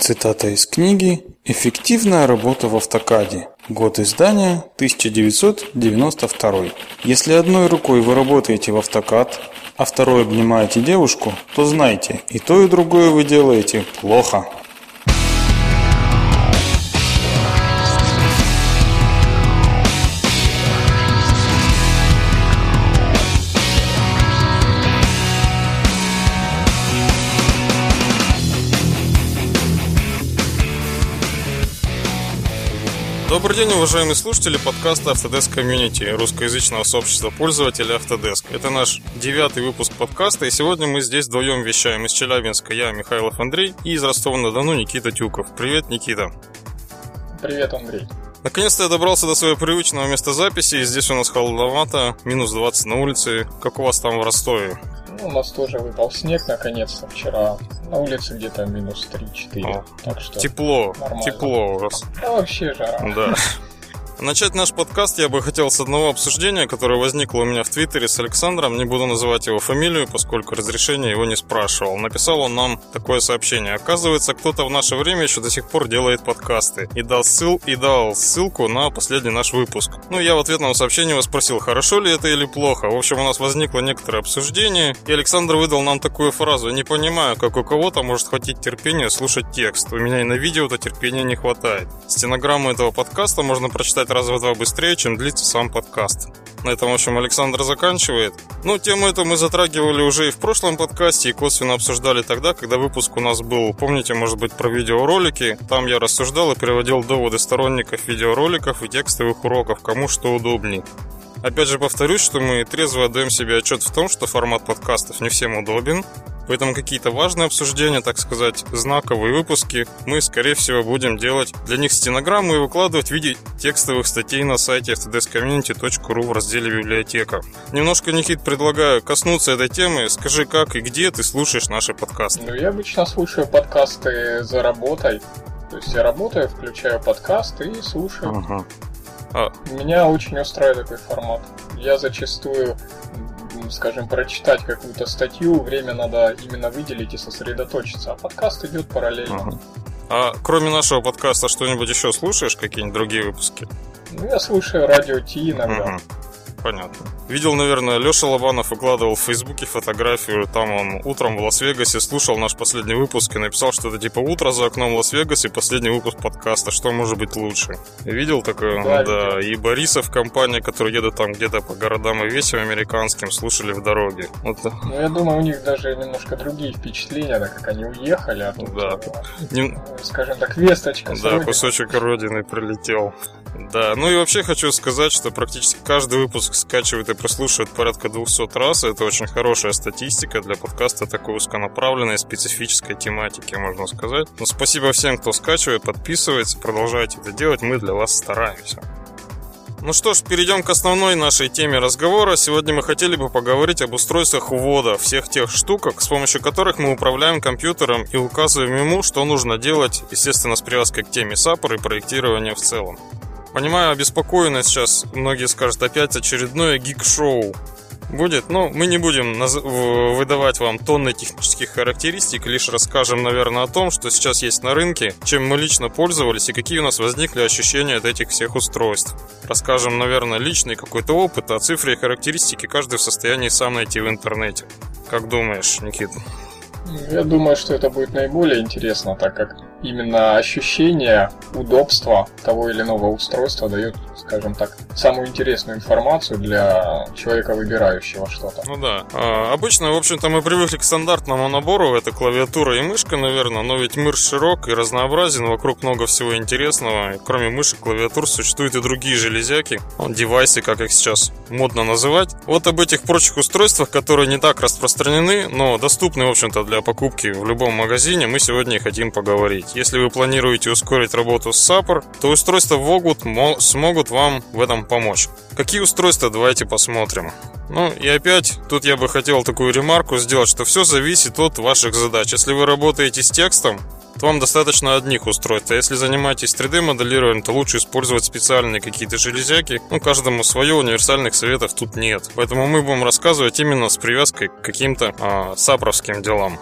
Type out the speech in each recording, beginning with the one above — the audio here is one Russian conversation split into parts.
Цитата из книги «Эффективная работа в автокаде». Год издания 1992. Если одной рукой вы работаете в автокад, а второй обнимаете девушку, то знайте, и то, и другое вы делаете плохо. Добрый день, уважаемые слушатели подкаста Autodesk Community, русскоязычного сообщества пользователей Autodesk. Это наш 9-й выпуск подкаста, и сегодня мы здесь вдвоем вещаем. Из Челябинска я, Михайлов Андрей, и из Ростова-на-Дону Никита Тюков. Привет, Никита. Привет, Андрей. Наконец-то я добрался до своего привычного места записи, и здесь у нас холодновато, минус 20 на улице. Как у вас там в Ростове? У нас тоже выпал снег, наконец-то, вчера. На улице где-то минус 3-4. Так что тепло, нормально. тепло у вас. А вообще жара. Да. Начать наш подкаст я бы хотел с одного обсуждения, которое возникло у меня в Твиттере с Александром. Не буду называть его фамилию, поскольку разрешения его не спрашивал. Написал он нам такое сообщение. Оказывается, кто-то в наше время еще до сих пор делает подкасты. И дал ссылку на последний наш выпуск. Я в ответном сообщении его спросил, хорошо ли это или плохо. В общем, у нас возникло некоторое обсуждение. И Александр выдал нам такую фразу. Не понимаю, как у кого-то может хватить терпения слушать текст. У меня и на видео-то терпения не хватает. Стенограмму этого подкаста можно прочитать раза в 2 быстрее, чем длится сам подкаст. На этом, в общем, Александр заканчивает. Тему эту мы затрагивали уже и в прошлом подкасте, и косвенно обсуждали тогда, когда выпуск у нас был, помните, может быть, про видеоролики. Там я рассуждал и приводил доводы сторонников видеороликов и текстовых уроков, кому что удобней. Опять же повторюсь, что мы трезво отдаем себе отчет в том, что формат подкастов не всем удобен. Поэтому какие-то важные обсуждения, так сказать, знаковые выпуски, мы, скорее всего, будем делать для них стенограмму и выкладывать в виде текстовых статей на сайте autodeskcommunity.ru в разделе «Библиотека». Немножко, Никит, предлагаю коснуться этой темы. Скажи, как и где ты слушаешь наши подкасты? Я обычно слушаю подкасты за работой. То есть я работаю, включаю подкасты и слушаю. Меня очень устраивает такой формат. Я зачастую, скажем, прочитать какую-то статью, время надо именно выделить и сосредоточиться, а подкаст идет параллельно. А кроме нашего подкаста что-нибудь еще слушаешь, какие-нибудь другие выпуски? Я слушаю Радио Ти иногда. Понятно. Видел, наверное, Леша Лобанов выкладывал в Фейсбуке фотографию. Там он утром в Лас-Вегасе слушал наш последний выпуск и написал, что это типа утро за окном Лас-Вегасе, последний выпуск подкаста. Что может быть лучше? Видел такое? Да. И Борисов, компания, которые едут там где-то по городам и весям американским, слушали в дороге. Я думаю, у них даже немножко другие впечатления, так как они уехали, а тут, скажем так, весточка. Да, кусочек родины прилетел. Да, и вообще хочу сказать, что практически каждый выпуск скачивает и прослушивает порядка 200 раз. Это очень хорошая статистика для подкаста такой узконаправленной специфической тематики, можно сказать. Спасибо всем, кто скачивает, подписывается, продолжайте это делать, мы для вас стараемся. Что ж, перейдем к основной нашей теме разговора. Сегодня мы хотели бы поговорить об устройствах ввода, всех тех штуках, с помощью которых мы управляем компьютером и указываем ему, что нужно делать, естественно, с привязкой к теме SAPR и проектирования в целом. Понимаю, обеспокоены сейчас, многие скажут, опять очередное гик-шоу будет. Мы не будем выдавать вам тонны технических характеристик, лишь расскажем, наверное, о том, что сейчас есть на рынке, чем мы лично пользовались и какие у нас возникли ощущения от этих всех устройств. Расскажем, наверное, личный какой-то опыт, а цифры и характеристики каждый в состоянии сам найти в интернете. Как думаешь, Никита? Я думаю, что это будет наиболее интересно, так как именно ощущение удобства того или иного устройства дает, скажем так, самую интересную информацию для человека, выбирающего что-то. Обычно, в общем-то, мы привыкли к стандартному набору. Это клавиатура и мышка, наверное. Но ведь мир широк и разнообразен. Вокруг много всего интересного. И кроме мышек, клавиатур существуют и другие железяки. Девайсы, как их сейчас модно называть. Об этих прочих устройствах, которые не так распространены, но доступны, в общем-то, для покупки в любом магазине, мы сегодня и хотим поговорить. Если вы планируете ускорить работу с SAPR, то устройства Vogut смогут вам в этом помочь. Какие устройства? Давайте посмотрим. И опять, тут я бы хотел такую ремарку сделать, что все зависит от ваших задач. Если вы работаете с текстом, то вам достаточно одних устройств. А если занимаетесь 3D-моделированием, то лучше использовать специальные какие-то железяки. Каждому свое, универсальных советов тут нет. Поэтому мы будем рассказывать именно с привязкой к каким-то сапровским делам.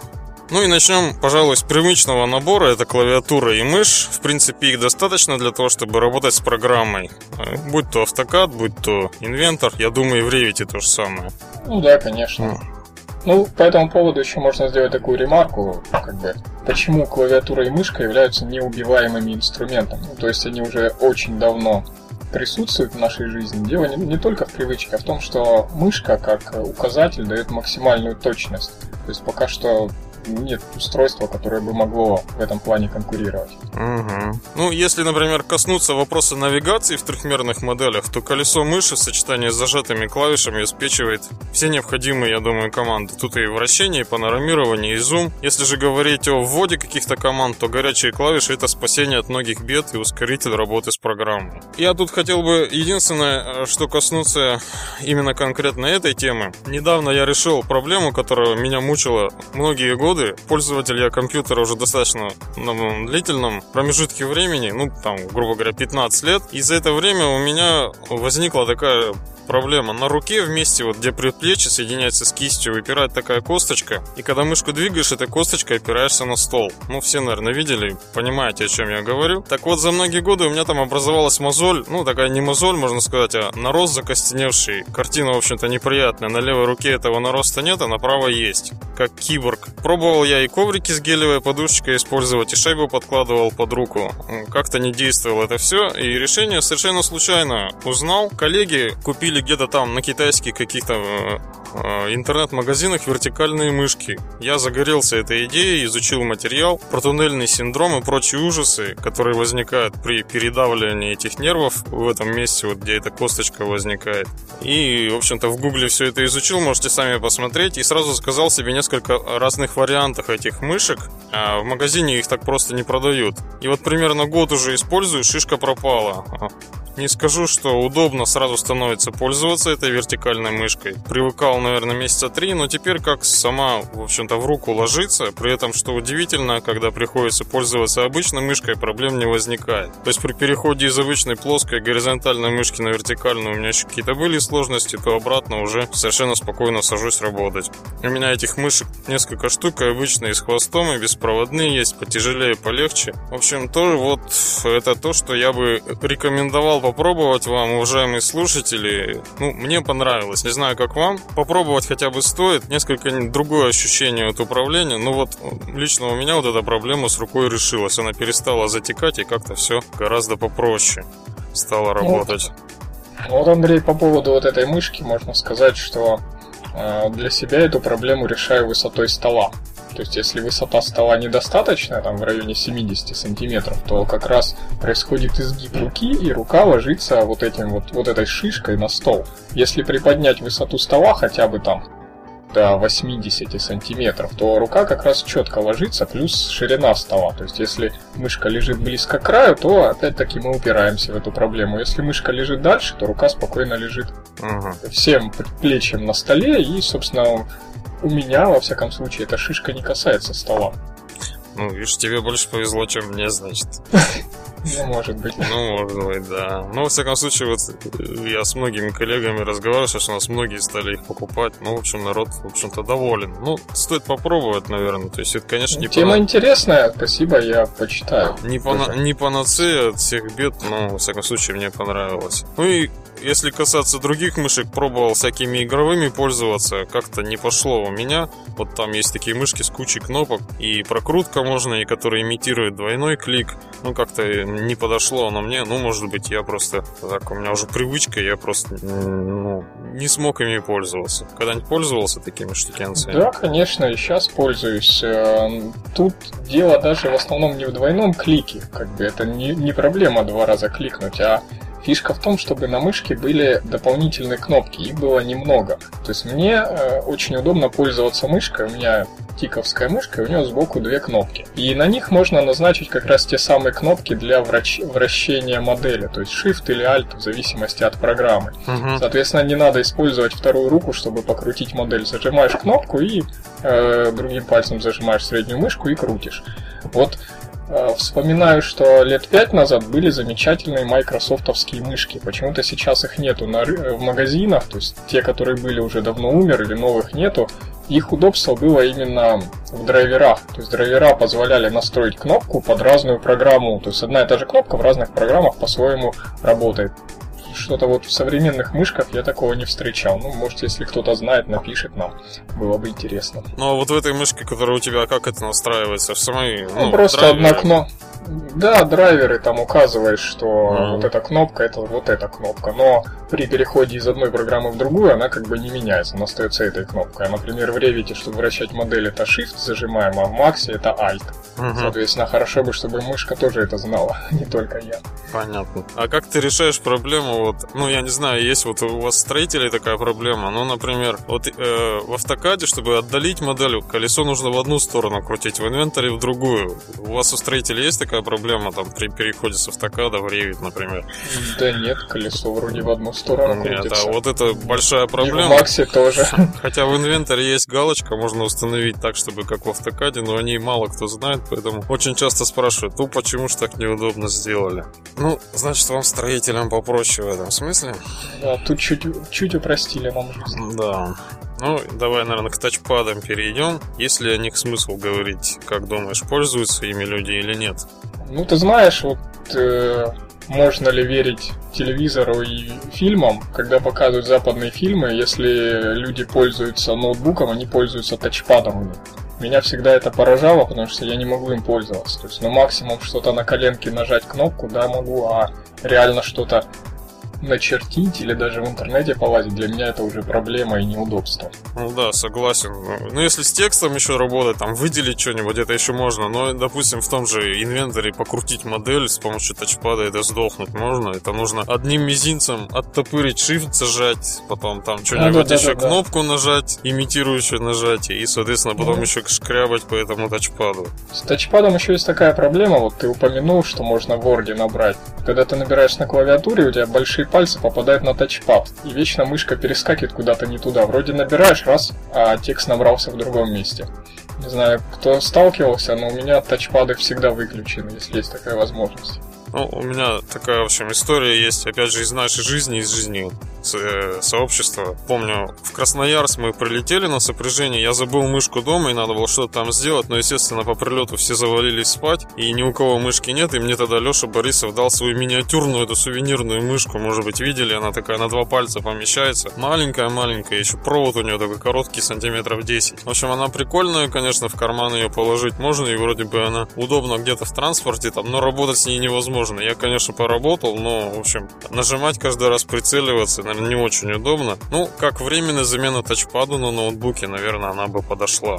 Ну и начнем, пожалуй, с привычного набора. Это клавиатура и мышь. В принципе, их достаточно для того, чтобы работать с программой. Будь то AutoCAD, будь то Inventor. Я думаю, и в Revit то же самое. Ну да, конечно. Ну, по этому поводу еще можно сделать такую ремарку, почему клавиатура и мышка являются неубиваемыми инструментами. То есть они уже очень давно присутствуют в нашей жизни. Дело не только в привычке, а в том, что мышка как указатель дает максимальную точность. То есть пока что нет устройства, которое бы могло в этом плане конкурировать. Угу. Ну, если, например, коснуться вопроса навигации в трехмерных моделях, то колесо мыши в сочетании с зажатыми клавишами обеспечивает все необходимые, я думаю, команды. Тут и вращение, и панорамирование, и зум. Если же говорить о вводе каких-то команд, то горячие клавиши — это спасение от многих бед и ускоритель работы с программой. Я тут хотел бы единственное, что коснуться именно конкретно этой темы. Недавно я решил проблему, которая меня мучила многие годы. Пользователь я компьютера уже достаточно длительном промежутке времени, грубо говоря, 15 лет. И за это время у меня возникла такая проблема. На руке вместе, где предплечье соединяется с кистью, выпирает такая косточка. И когда мышку двигаешь, этой косточкой опираешься на стол. Все, наверное, видели, понимаете, о чем я говорю. Так вот, за многие годы у меня там образовалась мозоль. Такая не мозоль, можно сказать, а нарост закостеневший. Картина, в общем-то, неприятная. На левой руке этого нароста нет, а на правой есть. Как киборг. Пробовал я и коврики с гелевой подушечкой использовать, и шайбу подкладывал под руку. Как-то не действовало это все. И решение совершенно случайно узнал. Коллеги купили где-то там на китайских каких-то интернет-магазинах вертикальные мышки. Я загорелся этой идеей, изучил материал про туннельный синдром и прочие ужасы, которые возникают при передавливании этих нервов в этом месте, где эта косточка возникает. И, в общем-то, в гугле все это изучил, можете сами посмотреть, и сразу заказал себе несколько разных вариантов этих мышек. В магазине их так просто не продают. И примерно год уже использую, шишка пропала. Не скажу, что удобно сразу становится пользоваться этой вертикальной мышкой. Привыкал, наверное, месяца 3, но теперь как сама, в общем-то, в руку ложится. При этом, что удивительно, когда приходится пользоваться обычной мышкой, проблем не возникает. То есть при переходе из обычной плоской горизонтальной мышки на вертикальную у меня еще какие-то были сложности, то обратно уже совершенно спокойно сажусь работать. У меня этих мышек несколько штук, и обычные с хвостом, и беспроводные есть, потяжелее, полегче. В общем, тоже это то, что я бы рекомендовал попробовать вам, уважаемые слушатели. Мне понравилось, не знаю, как вам. Попробовать хотя бы стоит. Несколько другое ощущение от управления. Лично у меня эта проблема с рукой решилась. Она перестала затекать, и как-то все гораздо попроще стало работать. Андрей, по поводу этой мышки можно сказать, что для себя эту проблему решаю высотой стола. То есть, если высота стола недостаточная, в районе 70 сантиметров, то как раз происходит изгиб руки, и рука ложится этой шишкой на стол. Если приподнять высоту стола хотя бы до 80 сантиметров, то рука как раз четко ложится, плюс ширина стола. То есть, если мышка лежит близко к краю, то опять-таки мы упираемся в эту проблему. Если мышка лежит дальше, то рука спокойно лежит всем предплечьем на столе, и, собственно, у меня, во всяком случае, эта шишка не касается стола. Видишь, тебе больше повезло, чем мне, значит. Может быть. Может быть, да. Во всяком случае, я с многими коллегами разговаривал, сейчас у нас многие стали их покупать. В общем, народ, в общем-то, доволен. Стоит попробовать, наверное. То есть, это, конечно, не тема интересная, спасибо, я почитаю. Не панацея от всех бед, но, во всяком случае, мне понравилось. И если касаться других мышек, пробовал всякими игровыми пользоваться, как-то не пошло у меня. Там есть такие мышки с кучей кнопок, и прокрутка можно, и которые имитируют двойной клик. Как-то не подошло оно мне. Может быть, я просто у меня уже привычка, я просто не смог ими пользоваться. Когда-нибудь пользовался такими штукенциями? Да, конечно, и сейчас пользуюсь. Тут дело даже в основном не в двойном клике. Это не проблема 2 раза кликнуть, а фишка в том, чтобы на мышке были дополнительные кнопки, их было немного. То есть мне очень удобно пользоваться мышкой, у меня тиковская мышка, и у нее сбоку 2 кнопки. И на них можно назначить как раз те самые кнопки для вращения модели, то есть Shift или Alt в зависимости от программы. Соответственно, не надо использовать вторую руку, чтобы покрутить модель. Зажимаешь кнопку и другим пальцем зажимаешь среднюю мышку и крутишь. Вспоминаю, что лет 5 назад были замечательные майкрософтовские мышки. Почему-то сейчас их нету в магазинах, то есть те, которые были, уже давно умерли, новых нету. их удобство было именно в драйверах. То есть драйвера позволяли настроить кнопку под разную программу. То есть одна и та же кнопка в разных программах по-своему работает. Что-то вот в современных мышках я такого не встречал. Ну, может, если кто-то знает, напишет нам. Было бы интересно. Ну, а вот в этой мышке, которая у тебя, как это настраивается? В самой, просто драйверы? Одна кнопка. Да, драйверы там указываешь, что вот эта кнопка, это вот эта кнопка. Но при переходе из одной программы в другую она как бы не меняется, она остается этой кнопкой. Например, в Revit, чтобы вращать модель, это Shift зажимаем, а в Max это Alt. Соответственно, хорошо бы, чтобы мышка тоже это знала, не только я. Понятно. А как ты решаешь проблему? Вот, я не знаю, есть вот у вас строителей такая проблема. Ну, например, вот в автокаде, чтобы отдалить модель, колесо нужно в одну сторону крутить, в инвентаре в другую. У вас у строителей есть такая проблема там при переходе с автокада в Revit, например? Да нет, колесо вроде в одну сторону крутится. Нет, а вот это большая проблема. И в Максе тоже. Хотя в инвентаре есть галочка, можно установить так, чтобы как в автокаде, но о ней мало кто знает, поэтому очень часто спрашивают, почему же так неудобно сделали? Значит, вам, строителям, попроще в этом смысле? Да, тут чуть упростили нам жизнь. Да. Давай, наверное, к тачпадам перейдем. Есть ли о них смысл говорить, как думаешь, пользуются ими люди или нет? Ты знаешь, можно ли верить телевизору и фильмам, когда показывают западные фильмы, если люди пользуются ноутбуком, они пользуются тачпадом у них. Меня всегда это поражало, потому что я не могу им пользоваться. То есть, максимум что-то на коленке нажать кнопку, да, могу, а реально что-то начертить или даже в интернете полазить, для меня это уже проблема и неудобство. Да, согласен. Если с текстом еще работать, там выделить что-нибудь, это еще можно. Но, допустим, в том же инвентаре покрутить модель с помощью тачпада, это сдохнуть можно. Это нужно одним мизинцем оттопырить, shift зажать, потом там что-нибудь еще кнопку нажать, имитирующее нажатие, и, соответственно, потом еще шкрябать по этому тачпаду. С тачпадом еще есть такая проблема, вот ты упомянул, что можно в Word набрать. Когда ты набираешь на клавиатуре, у тебя большие пальцы попадают на тачпад, и вечно мышка перескакивает куда-то не туда. Вроде набираешь раз, а текст набрался в другом месте. Не знаю, кто сталкивался, но у меня тачпады всегда выключены, если есть такая возможность. У меня такая, в общем, история есть, опять же, из нашей жизни, из жизни сообщества. Помню, в Красноярск мы прилетели на сопряжение, я забыл мышку дома, и надо было что-то там сделать, но, естественно, по прилету все завалились спать, и ни у кого мышки нет, и мне тогда Леша Борисов дал свою миниатюрную, эту сувенирную мышку, может быть, видели, она такая на 2 пальца помещается, маленькая-маленькая, еще провод у нее такой короткий, сантиметров 10. В общем, она прикольная, конечно, в карман ее положить можно, и вроде бы она удобна где-то в транспорте, там, но работать с ней невозможно. Я, конечно, поработал, но, в общем, нажимать каждый раз, прицеливаться, наверное, не очень удобно. Как временная замена тачпаду на ноутбуке, наверное, она бы подошла.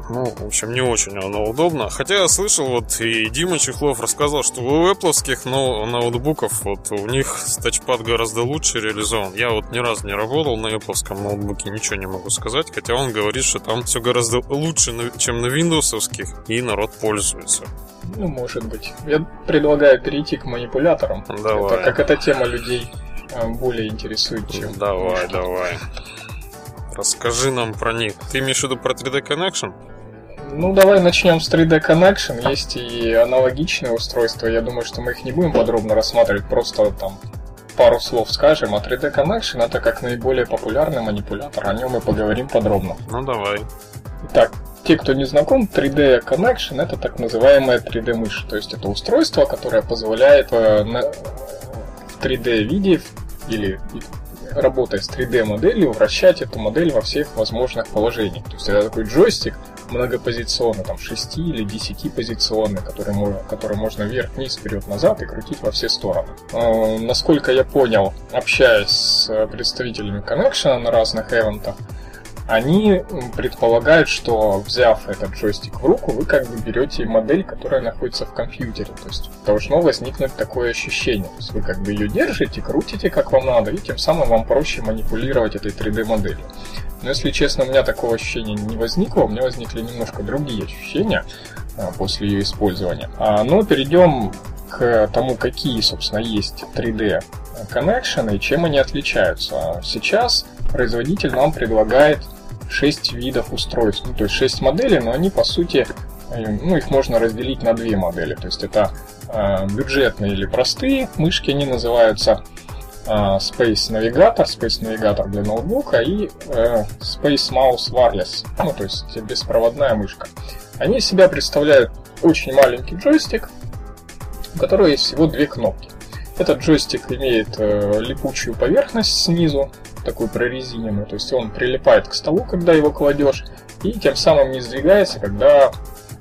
В общем, не очень она удобна. Хотя я слышал, и Дима Чехлов рассказал, что у Apple-овских ноутбуков, у них тачпад гораздо лучше реализован. Я ни разу не работал на Apple-овском ноутбуке, ничего не могу сказать, хотя он говорит, что там все гораздо лучше, чем на Windows-овских, и народ пользуется. Может быть. Я предлагаю перейти к манипуляторам. Давай. Это как эта тема людей более интересует, чем... Давай. Расскажи нам про них. Ты имеешь в виду про 3D Connection? Давай начнем с 3D Connection. Есть и аналогичные устройства. Я думаю, что мы их не будем подробно рассматривать. Просто там пару слов скажем. А 3D Connection это как наиболее популярный манипулятор. О нем мы поговорим подробно. Давай. Итак, те, кто не знаком, 3D Connection это так называемая 3D мышь. То есть это устройство, которое позволяет в 3D виде или работая с 3D моделью, вращать эту модель во всех возможных положениях. То есть это такой джойстик многопозиционный, там 6 или 10 позиционный, который можно вверх, вниз, вперед, назад и крутить во все стороны. Насколько я понял, общаясь с представителями Connection на разных ивентах, они предполагают, что, взяв этот джойстик в руку, вы как бы берете модель, которая находится в компьютере. То есть должно возникнуть такое ощущение. То есть вы как бы ее держите, крутите как вам надо, и тем самым вам проще манипулировать этой 3D-моделью. Но если честно, у меня такого ощущения не возникло, у меня возникли немножко другие ощущения после ее использования. Но перейдем к тому, какие, собственно, есть 3D Connection и чем они отличаются. Сейчас производитель нам предлагает 6 видов устройств, то есть 6 моделей, но они по сути, их можно разделить на 2 модели. То есть это бюджетные или простые мышки, они называются. Space Navigator для ноутбука и Space Mouse Wireless, то есть беспроводная мышка. Они из себя представляют очень маленький джойстик, у которого есть всего 2 кнопки. Этот джойстик имеет липучую поверхность снизу, такую прорезиненную, то есть он прилипает к столу, когда его кладешь, и тем самым не сдвигается, когда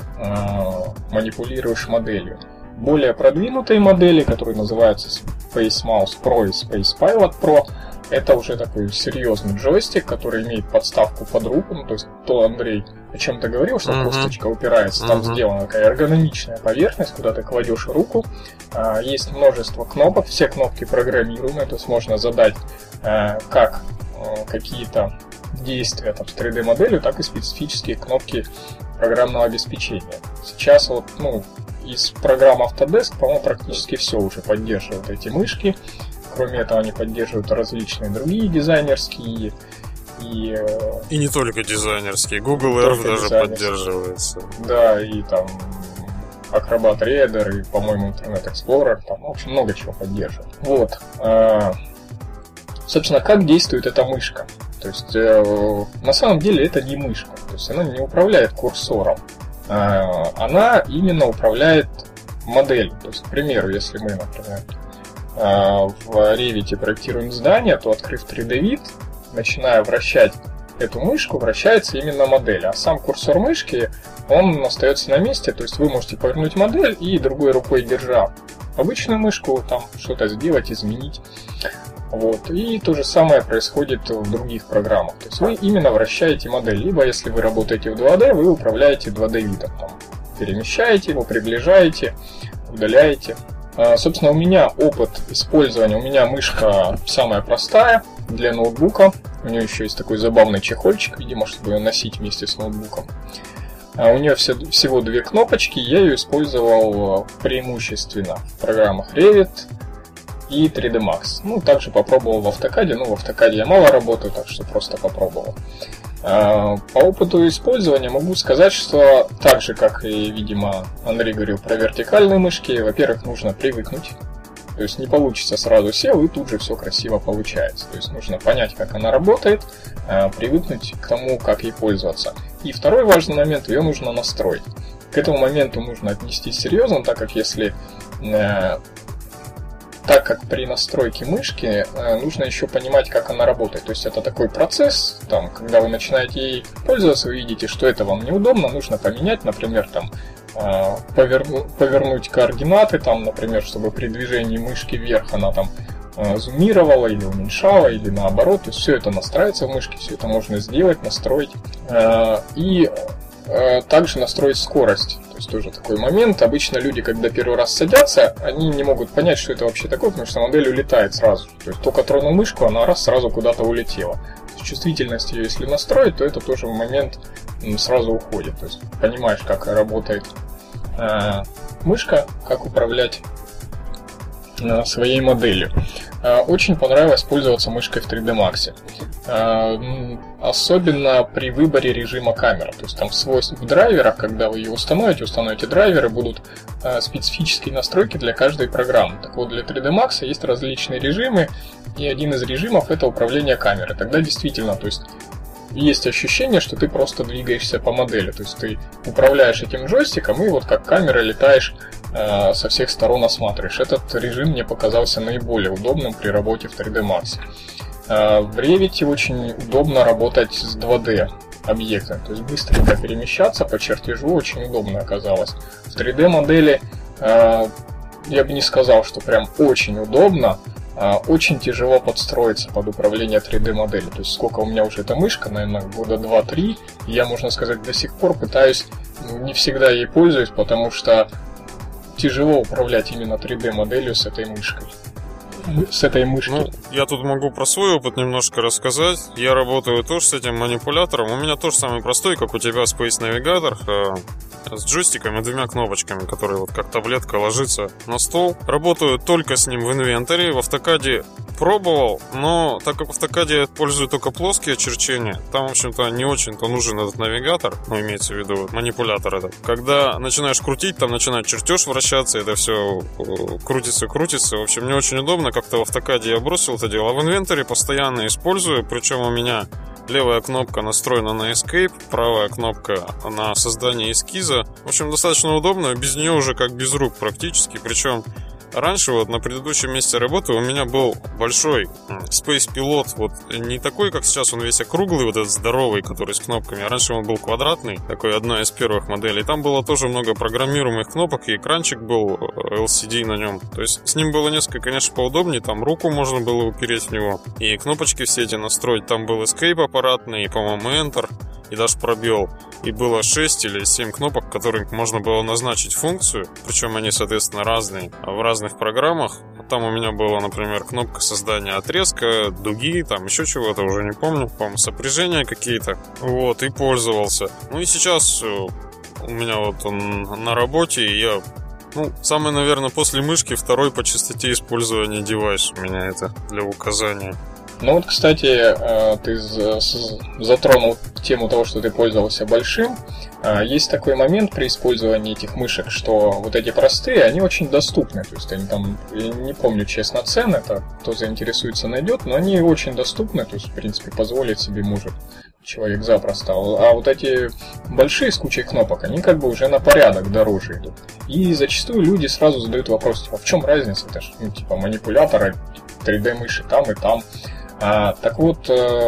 манипулируешь моделью. Более продвинутые модели, которые называются Space Mouse Pro и Space Pilot Pro, это уже такой серьезный джойстик, который имеет подставку под руку, то есть то, Андрей, о чем ты говорил, что косточка упирается, там сделана такая эргономичная поверхность, куда ты кладешь руку, есть множество кнопок, все кнопки программируемые, то есть можно задать как какие-то действия там, с 3D-моделью, так и специфические кнопки программного обеспечения. Сейчас из программ Autodesk, по-моему, практически все уже поддерживают эти мышки. Кроме этого, они поддерживают различные другие дизайнерские и не только дизайнерские. Google Earth даже поддерживается. Да, и там Acrobat Reader, и, по-моему, Internet Explorer, там, в общем, много чего поддерживают. Вот. Собственно, как действует эта мышка? То есть, на самом деле, это не мышка. То есть, она не управляет курсором. Она именно управляет моделью. То есть, к примеру, если мы, например, в Revit проектируем здание, то, открыв 3D-вид, начиная вращать эту мышку, вращается именно модель. А сам курсор мышки, он остается на месте. То есть, вы можете повернуть модель и другой рукой, держа обычную мышку, там что-то сделать, изменить. Вот. И то же самое происходит в других программах. То есть вы именно вращаете модель. Либо если вы работаете в 2D, вы управляете 2D-видом. Там, перемещаете его, приближаете, удаляете. Собственно, у меня опыт использования. У меня мышка самая простая для ноутбука. У нее еще есть такой забавный чехольчик, видимо, чтобы ее носить вместе с ноутбуком. У нее всего 2 кнопочки. Я ее использовал преимущественно в программах Revit и 3D Max. Также попробовал в AutoCAD. В AutoCAD я мало работаю, так что просто попробовал. По опыту использования могу сказать, что так же, как и, видимо, Андрей говорил про вертикальные мышки, во-первых, нужно привыкнуть. То есть не получится сразу сел, и тут же все красиво получается. То есть нужно понять, как она работает, привыкнуть к тому, как ей пользоваться. И второй важный момент, ее нужно настроить. К этому моменту нужно отнестись серьезно, так как при настройке мышки нужно еще понимать, как она работает. То есть это такой процесс, когда вы начинаете ей пользоваться, вы видите, что это вам неудобно, нужно поменять, например, повернуть координаты, например, чтобы при движении мышки вверх она зумировала или уменьшала, или наоборот. То есть все это настраивается в мышке, все это можно сделать, настроить. И также настроить скорость. То есть тоже такой момент. Обычно люди, когда первый раз садятся, они не могут понять, что это вообще такое, потому что модель улетает сразу. То есть только тронул мышку, она сразу куда-то улетела. Чувствительность ее, если настроить, то это тоже в момент сразу уходит. То есть понимаешь, как работает мышка, как управлять своей моделью. Очень понравилось пользоваться мышкой в 3D Max. Особенно при выборе режима камеры. То есть там в драйверах, когда вы ее установите драйверы, будут специфические настройки для каждой программы. Так вот, для 3D Max есть различные режимы, и один из режимов — это управление камерой. Тогда действительно, то есть есть ощущение, что ты просто двигаешься по модели. То есть ты управляешь этим джойстиком и вот как камера летаешь со всех сторон, осматриваешь. Этот режим мне показался наиболее удобным при работе в 3D Max. В Revit очень удобно работать с 2D объектами. То есть быстренько перемещаться по чертежу очень удобно оказалось. В 3D модели я бы не сказал, что прям очень удобно. Очень тяжело подстроиться под управление 3D моделью. То есть сколько у меня уже эта мышка, наверное, года 2-3, и я, можно сказать, до сих пор пытаюсь, не всегда ей пользуюсь, потому что тяжело управлять именно 3D моделью с этой мышкой. С этой мышкой. Я тут могу про свой опыт немножко рассказать. Я работаю тоже с этим манипулятором. У меня тоже самый простой, как у тебя, Space Navigator. с джойстиком и 2 кнопочками, которые вот как таблетка ложится на стол. Работаю только с ним в инвентаре. В автокаде пробовал, но так как в автокаде я пользую только плоские очерчения, там, в общем-то, не очень-то нужен этот навигатор, ну, имеется в виду манипулятор этот. Когда начинаешь крутить, там начинает чертеж вращаться, это все крутится. В общем, не очень удобно. Как-то в автокаде я бросил это дело. А в инвентаре постоянно использую, причем у меня левая кнопка настроена на Escape, правая кнопка на создание эскиза. В общем, достаточно удобно, без нее уже как без рук практически. Причем раньше вот на предыдущем месте работы у меня был большой Space Pilot, вот не такой, как сейчас, он весь округлый, вот этот здоровый, который с кнопками, а раньше он был квадратный, такой одна из первых моделей. Там было тоже много программируемых кнопок, и экранчик был LCD на нем. То есть с ним было несколько, конечно, поудобнее, там руку можно было упереть в него, и кнопочки все эти настроить. Там был Escape аппаратный, и, по-моему, Enter, и даже пробел. И было 6 или 7 кнопок, которыми можно было назначить функцию, причем они, соответственно, разные, в разных программах. Там у меня была, например, кнопка создания отрезка, дуги, там еще чего-то, уже не помню, по-моему, сопряжения какие-то. Вот, и пользовался. Ну и сейчас у меня вот он на работе, и я, самый, наверное, после мышки второй по частоте использования девайс у меня это для указания. Ну вот, кстати, ты затронул тему того, что ты пользовался большим. Есть такой момент при использовании этих мышек, что вот эти простые, они очень доступны. То есть они там, я не помню честно цены, это кто заинтересуется найдет, но они очень доступны, то есть в принципе позволить себе может человек запросто. А вот эти большие с кучей кнопок, они как бы уже на порядок дороже идут. И зачастую люди сразу задают вопрос, типа, в чем разница? Это же манипуляторы, 3D-мыши там и там. Так вот,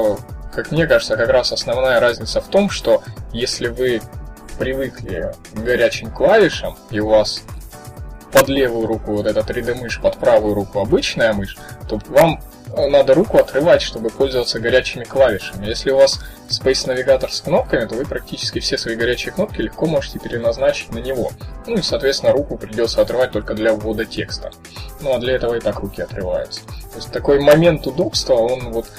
как мне кажется, как раз основная разница в том, что если вы привыкли к горячим клавишам, и у вас под левую руку вот эта 3D-мышь, под правую руку обычная мышь, то вам надо руку отрывать, чтобы пользоваться горячими клавишами. Если у вас Space навигатор с кнопками, то вы практически все свои горячие кнопки легко можете переназначить на него. Ну и, соответственно, руку придется отрывать только для ввода текста. Ну а для этого и так руки отрываются. То есть такой момент удобства, он вот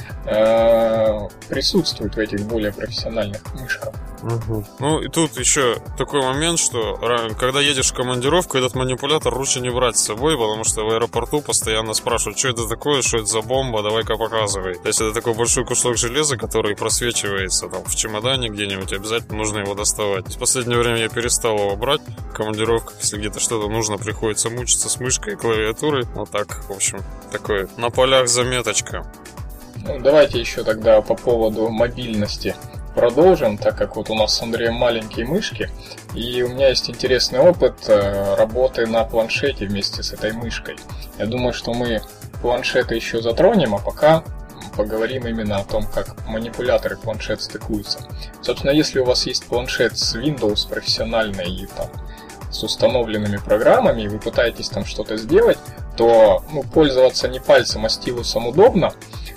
присутствует в этих более профессиональных мышках. Угу. Ну и тут еще такой момент, что когда едешь в командировку, этот манипулятор лучше не брать с собой, потому что в аэропорту постоянно спрашивают, что это такое, что это за бомба, давай-ка показывай. То есть это такой большой кусок железа, который просвечивается там в чемодане где-нибудь, обязательно нужно его доставать. В последнее время я перестал его брать в командировках, если где-то что-то нужно, приходится мучиться с мышкой и клавиатурой. Вот так, в общем, такое на полях заметочка. Ну, давайте еще тогда по поводу мобильности продолжим, так как вот у нас с Андреем маленькие мышки, и у меня есть интересный опыт работы на планшете вместе с этой мышкой. Я думаю, что мы планшеты еще затронем, а пока поговорим именно о том, как манипуляторы планшет стыкуются. Собственно, если у вас есть планшет с Windows профессиональной и там с установленными программами, и вы пытаетесь там что-то сделать, то пользоваться не пальцем, а стилусом удобно,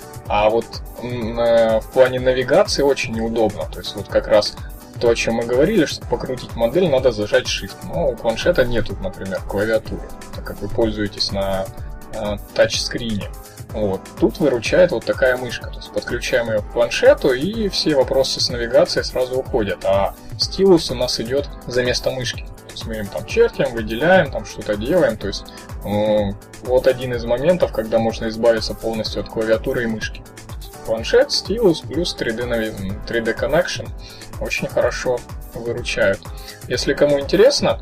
а вот в плане навигации очень неудобно. То есть вот как раз то, о чем мы говорили, что покрутить модель надо зажать Shift. Но у планшета нету, например, клавиатуры, так как вы пользуетесь на тачскрине. Вот. Тут выручает вот такая мышка. То есть подключаем ее к планшету, и все вопросы с навигацией сразу уходят. А стилус у нас идет за место мышки. То есть мы им там чертим, выделяем, там что-то делаем. То есть вот один из моментов, когда можно избавиться полностью от клавиатуры и мышки. Планшет, стилус плюс 3D Connection очень хорошо выручают. Если кому интересно,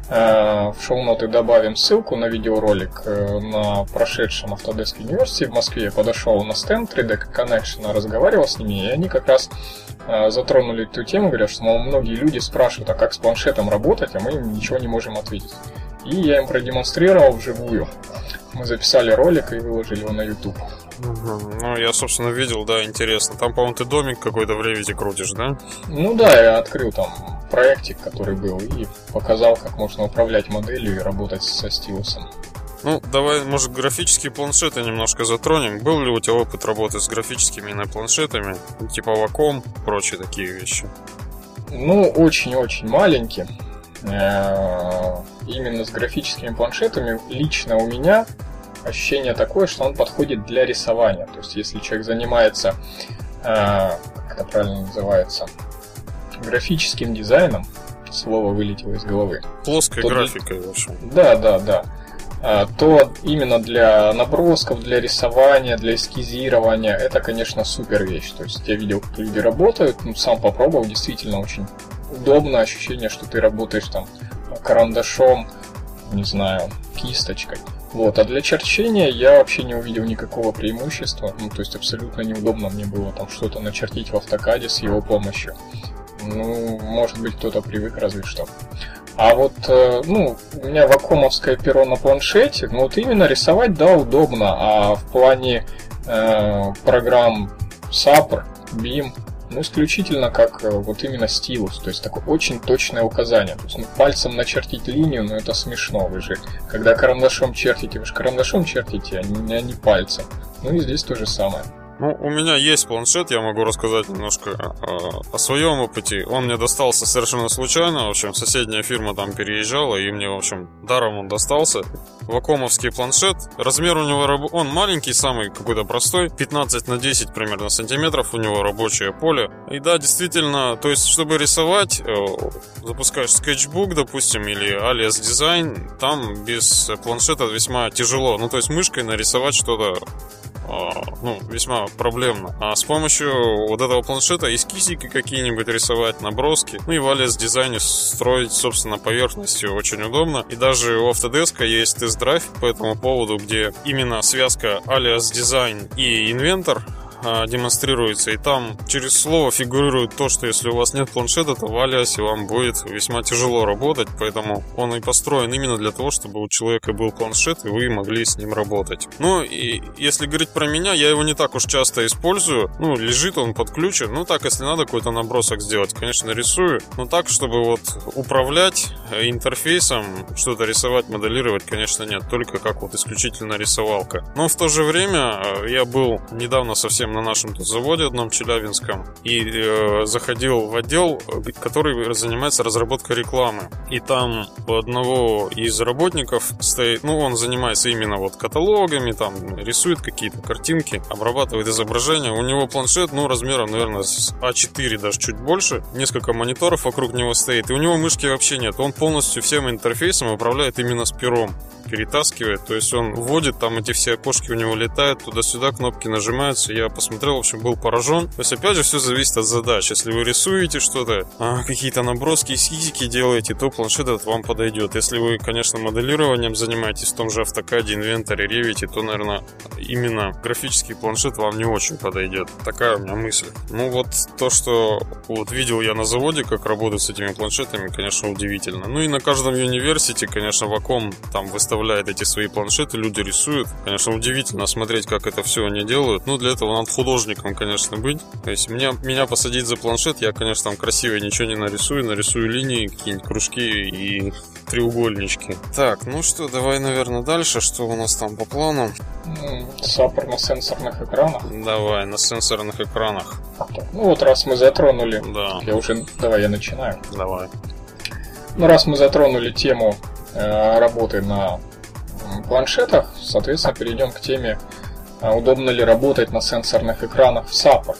в шоу-ноты добавим ссылку на видеоролик на прошедшем Autodesk University в Москве. Я подошел на стенд 3D Connection, разговаривал с ними, и они как раз затронули эту тему, говорят, что многие люди спрашивают, а как с планшетом работать, а мы им ничего не можем ответить. И я им продемонстрировал вживую. Мы записали ролик и выложили его на YouTube. Угу. Ну, я, собственно, видел, да, интересно. Там, по-моему, ты домик какой-то в Revit крутишь, да? Ну да, я открыл там проектик, который был, и показал, как можно управлять моделью и работать со стилусом. Ну, давай, может, графические планшеты немножко затронем. Был ли у тебя опыт работы с графическими планшетами, типа Wacom, прочие такие вещи? Ну, очень-очень маленький. Именно с графическими планшетами лично у меня ощущение такое, что он подходит для рисования. То есть, если человек занимается, как это правильно называется, графическим дизайном, слово вылетело из головы. Плоской графикой, в общем. Да. То именно для набросков, для рисования, для эскизирования это, конечно, супер вещь. То есть я видел, как люди работают, сам попробовал, действительно очень удобно, ощущение, что ты работаешь там карандашом, не знаю, кисточкой. Вот, а для черчения я вообще не увидел никакого преимущества. То есть абсолютно неудобно мне было там что-то начертить в автокаде с его помощью. Может быть, кто-то привык, разве что. А вот, у меня вакомовское перо на планшете, именно рисовать, да, удобно, а в плане программ Sapr, BIM, исключительно как вот именно стилус, то есть такое очень точное указание. То есть, пальцем начертить линию, это смешно, вы же, когда карандашом чертите, вы же карандашом чертите, а не пальцем. И здесь то же самое. У меня есть планшет, я могу рассказать немножко о своем опыте. Он мне достался совершенно случайно. В общем, соседняя фирма там переезжала, и мне, в общем, даром он достался. Вакомовский планшет. Размер у него, он маленький, самый какой-то простой. 15 на 10 примерно сантиметров у него рабочее поле. И да, действительно, то есть, чтобы рисовать, запускаешь скетчбук, допустим, или Alias Design, там без планшета весьма тяжело. То есть, мышкой нарисовать что-то весьма проблемно. А с помощью вот этого планшета эскизики какие-нибудь рисовать, наброски, и в Alias дизайне строить, собственно, поверхности очень удобно. И даже у Autodesk есть тест-драйв по этому поводу, где именно связка Alias Design и Inventor демонстрируется, и там через слово фигурирует то, что если у вас нет планшета, то в Alias вам будет весьма тяжело работать, поэтому он и построен именно для того, чтобы у человека был планшет, и вы могли с ним работать. И если говорить про меня, я его не так уж часто использую, лежит он подключен, так, если надо какой-то набросок сделать, конечно, рисую, но так, чтобы вот управлять интерфейсом, что-то рисовать, моделировать, конечно, нет, только как вот исключительно рисовалка. Но в то же время я был недавно совсем на нашем тут заводе одном Челябинском и заходил в отдел, который занимается разработкой рекламы. И там у одного из работников стоит, он занимается именно вот каталогами, там рисует какие-то картинки, обрабатывает изображения. У него планшет, размером, наверное, с А4, даже чуть больше. Несколько мониторов вокруг него стоит. И у него мышки вообще нет. Он полностью всем интерфейсом управляет именно с пером. Перетаскивает, то есть он вводит, там эти все окошки у него летают, туда-сюда кнопки нажимаются. Я посмотрел, в общем, был поражен. То есть, опять же, все зависит от задач. Если вы рисуете что-то, какие-то наброски, эскизики делаете, то планшет этот вам подойдет. Если вы, конечно, моделированием занимаетесь в том же автокаде, инвентаре, ревите, то, наверное, именно графический планшет вам не очень подойдет. Такая у меня мысль. То, что видел я на заводе, как работают с этими планшетами, конечно, удивительно. И на каждом университете, конечно, Ваком там выставляет эти свои планшеты, люди рисуют. Конечно, удивительно смотреть, как это все они делают. Для этого надо художником, конечно, быть. То есть меня посадить за планшет, я, конечно, там красиво ничего не нарисую линии, какие-нибудь кружки и треугольнички. Так, что, давай, наверное, дальше. Что у нас там по плану? Sapr на сенсорных экранах. Давай, на сенсорных экранах. Раз мы затронули. Да. Давай я начинаю. Давай. Раз мы затронули тему работы на планшетах, соответственно, перейдем к теме, удобно ли работать на сенсорных экранах в Sapr.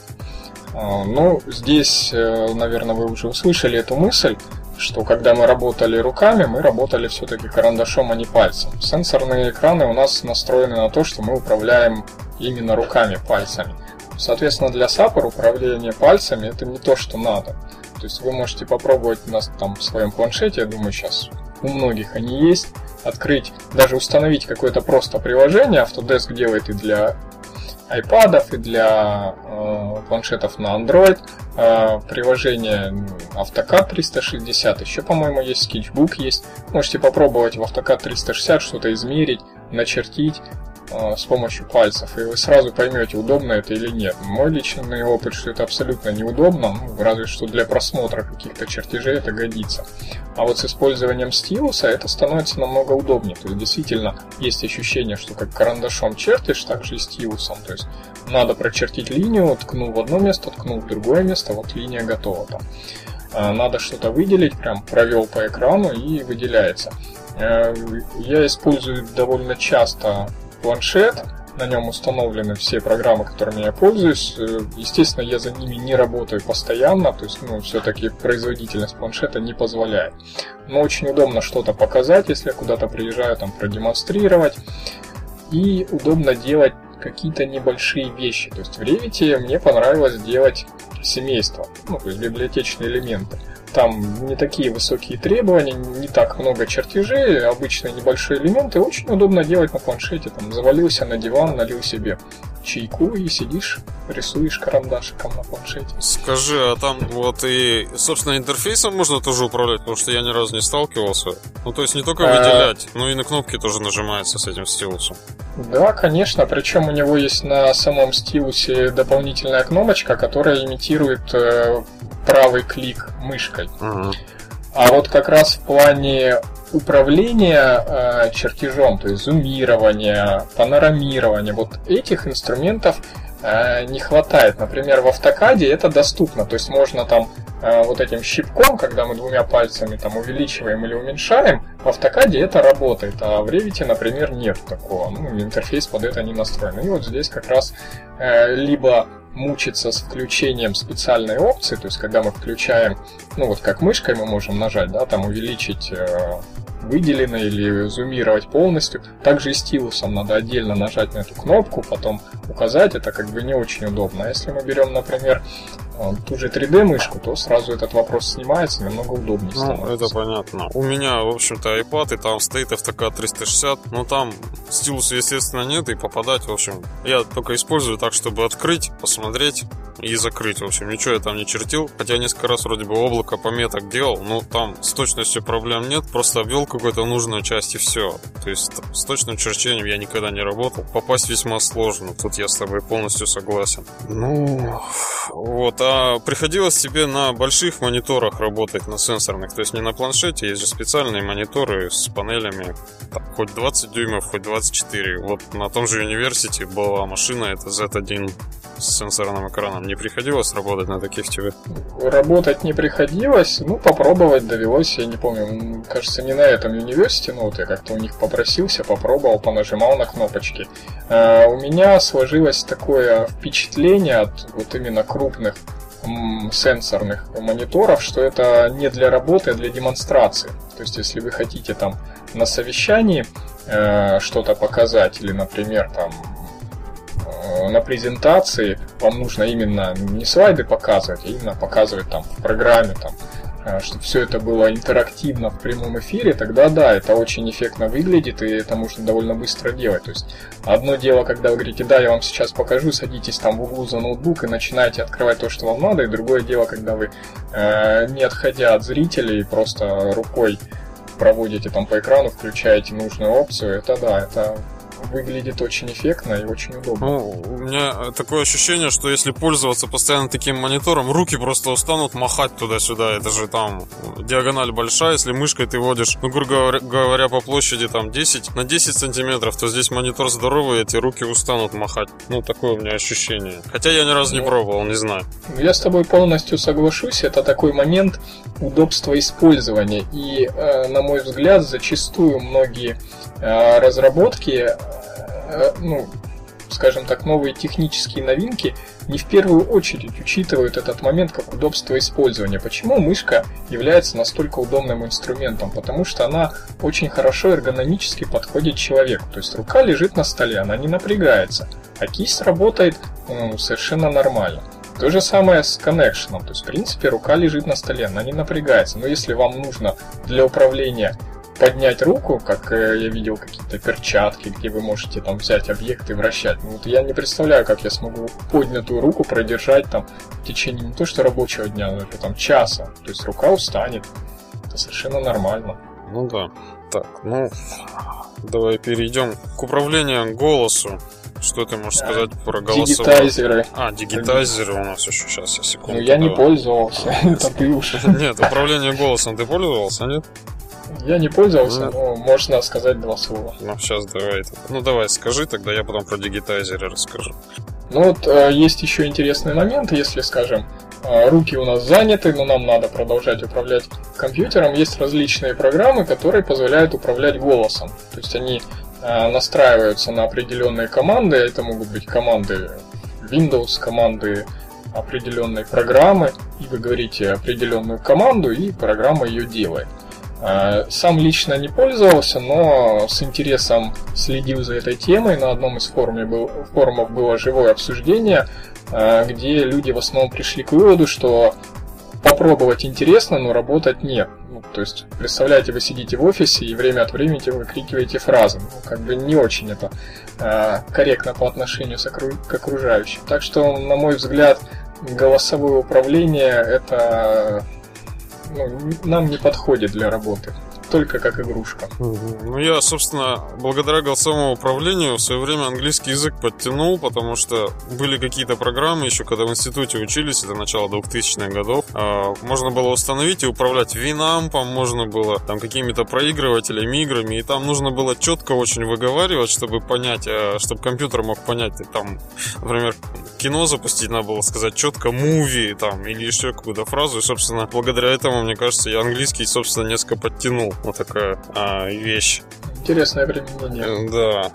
Здесь, наверное, вы уже услышали эту мысль, что когда мы работали руками, мы работали все-таки карандашом, а не пальцем. Сенсорные экраны у нас настроены на то, что мы управляем именно руками, пальцами. Соответственно, для Sapr управление пальцами это не то, что надо. То есть вы можете попробовать у нас там в своем планшете, я думаю, сейчас у многих они есть, открыть, даже установить какое-то просто приложение. Autodesk делает и для iPad'ов, и для планшетов на Android. Приложение AutoCAD 360, еще, по-моему, есть Sketchbook есть. Можете попробовать в AutoCAD 360 что-то измерить, начертить с помощью пальцев, и вы сразу поймете, удобно это или нет. Мой личный опыт, что это абсолютно неудобно, разве что для просмотра каких-то чертежей это годится. А вот с использованием стилуса это становится намного удобнее. То есть действительно есть ощущение, что как карандашом чертишь, так же и стилусом. То есть надо прочертить линию, ткнул в одно место, ткнул в другое место, вот линия готова там. Надо что-то выделить, прям провел по экрану и выделяется. Я использую довольно часто планшет на нем установлены все программы, которыми я пользуюсь. Естественно, я за ними не работаю постоянно, то есть, все-таки производительность планшета не позволяет. Но очень удобно что-то показать, если я куда-то приезжаю, там, продемонстрировать. И удобно делать какие-то небольшие вещи. То есть в Revit мне понравилось делать семейство, то есть библиотечные элементы. Там не такие высокие требования, не так много чертежей, обычные небольшие элементы. Очень удобно делать на планшете. Там завалился на диван, налил себе чайку и сидишь, рисуешь карандашиком на планшете. Скажи, а там вот и, собственно, интерфейсом можно тоже управлять, потому что я ни разу не сталкивался. То есть не только выделять, но и на кнопки тоже нажимается с этим стилусом. Да, конечно, причем у него есть на самом стилусе дополнительная кнопочка, которая имитирует правый клик мышкой. А вот как раз в плане управления чертежом, то есть зумирования, панорамирования, вот этих инструментов не хватает. Например, в AutoCAD это доступно, то есть можно там вот этим щипком, когда мы двумя пальцами там увеличиваем или уменьшаем, в AutoCAD это работает, а в Revit, например, нет такого, интерфейс под это не настроен. И вот здесь как раз либо мучиться с включением специальной опции, то есть когда мы включаем, вот как мышкой мы можем нажать, да, там увеличить выделено или зумировать полностью. Также и стилусом надо отдельно нажать на эту кнопку, потом указать, это как бы не очень удобно. А если мы берем, например, ту же 3D-мышку, то сразу этот вопрос снимается, намного удобнее становится. Это понятно. У меня, в общем-то, iPad, и там стоит AutoCAD 360, но там стилуса, естественно, нет, и попадать, в общем, я только использую так, чтобы открыть, посмотреть и закрыть. В общем, ничего я там не чертил, хотя несколько раз вроде бы облако пометок делал, но там с точностью проблем нет, просто обвел какую-то нужную часть и все. То есть с точным черчением я никогда не работал. Попасть весьма сложно, тут я с тобой полностью согласен. А приходилось тебе на больших мониторах работать, на сенсорных, то есть не на планшете, есть же специальные мониторы с панелями, хоть 20 дюймов, хоть 24. Вот на том же University была машина, это Z1 с сенсорным экраном. Не приходилось работать на таких тебе? Работать не приходилось, попробовать довелось, я не помню, кажется, не на этом University, я как-то у них попросился, попробовал, понажимал на кнопочки. У меня сложилось такое впечатление от вот именно крупных сенсорных мониторов, что это не для работы, а для демонстрации. То есть, если вы хотите там на совещании что-то показать, или, например, там на презентации, вам нужно именно не слайды показывать, а именно показывать там в программе, чтобы все это было интерактивно в прямом эфире, тогда да, это очень эффектно выглядит, и это можно довольно быстро делать. То есть одно дело, когда вы говорите, да, я вам сейчас покажу, садитесь там в углу за ноутбук и начинаете открывать то, что вам надо, и другое дело, когда вы, не отходя от зрителей, просто рукой проводите там по экрану, включаете нужную опцию, это да, это выглядит очень эффектно и очень удобно. У меня такое ощущение, что если пользоваться постоянно таким монитором, руки просто устанут махать туда-сюда. Это же там диагональ большая. Если мышкой ты водишь, грубо говоря, по площади там 10 на 10 сантиметров, то здесь монитор здоровый, эти руки устанут махать. Такое у меня ощущение. Хотя я ни разу не пробовал, не знаю. Я с тобой полностью соглашусь. Это такой момент удобства использования. И, на мой взгляд, зачастую многие разработки, скажем так, новые технические новинки не в первую очередь учитывают этот момент как удобство использования. Почему мышка является настолько удобным инструментом? Потому что она очень хорошо эргономически подходит человеку. То есть рука лежит на столе, она не напрягается, а кисть работает совершенно нормально. То же самое с коннекшеном. То есть, в принципе, рука лежит на столе, она не напрягается. Но если вам нужно для управления поднять руку, как я видел какие-то перчатки, где вы можете там взять объект и вращать. Я не представляю, как я смогу поднятую руку продержать там в течение не то что рабочего дня, но там часа. То есть рука устанет. Это совершенно нормально. Да. Так, давай перейдем к управлению голосу. Что ты можешь сказать про голосовые? Дигитайзеры. Дигитайзеры у нас еще сейчас, секунду. Я не пользовался, это ты уж. Нет, управление голосом ты пользовался, нет? Я не пользовался, но можно сказать два слова. Сейчас давай. Давай скажи, тогда я потом про дигитайзеры расскажу. Есть еще интересный момент, если, скажем, руки у нас заняты, но нам надо продолжать управлять компьютером. Есть различные программы, которые позволяют управлять голосом. То есть они настраиваются на определенные команды. Это могут быть команды Windows, команды определенной программы, и вы говорите определенную команду, и программа ее делает. Сам лично не пользовался, но с интересом следил за этой темой. На одном из форумов было живое обсуждение, где люди в основном пришли к выводу, что попробовать интересно, но работать нет. То есть, представляете, вы сидите в офисе и время от времени выкрикиваете фразы. Не очень это корректно по отношению к окружающим. Так что, на мой взгляд, голосовое управление это нам не подходит для работы. Только как игрушка. Я, собственно, благодаря голосовому управлению в свое время английский язык подтянул, потому что были какие-то программы, еще когда в институте учились, это начало 2000-х годов, можно было установить и управлять Winamp, можно было там какими-то проигрывателями, играми, и там нужно было четко очень выговаривать, чтобы понять, чтобы компьютер мог понять, там, например, кино запустить, надо было сказать четко «movie», там, или еще какую-то фразу, и, собственно, благодаря этому, мне кажется, я английский, собственно, несколько подтянул. Вот такая вещь. Интересное применение. Да.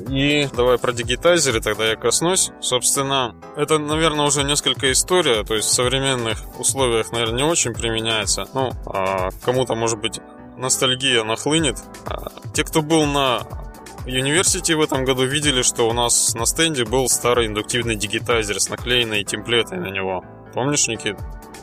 И давай про дигитайзеры тогда я коснусь. Собственно, это, наверное, уже несколько история. То есть в современных условиях, наверное, не очень применяется. Кому-то, может быть, ностальгия нахлынет. Те, кто был на University в этом году, видели, что у нас на стенде был старый индуктивный дигитайзер с наклеенной темплетой на него. Помнишь, Никит?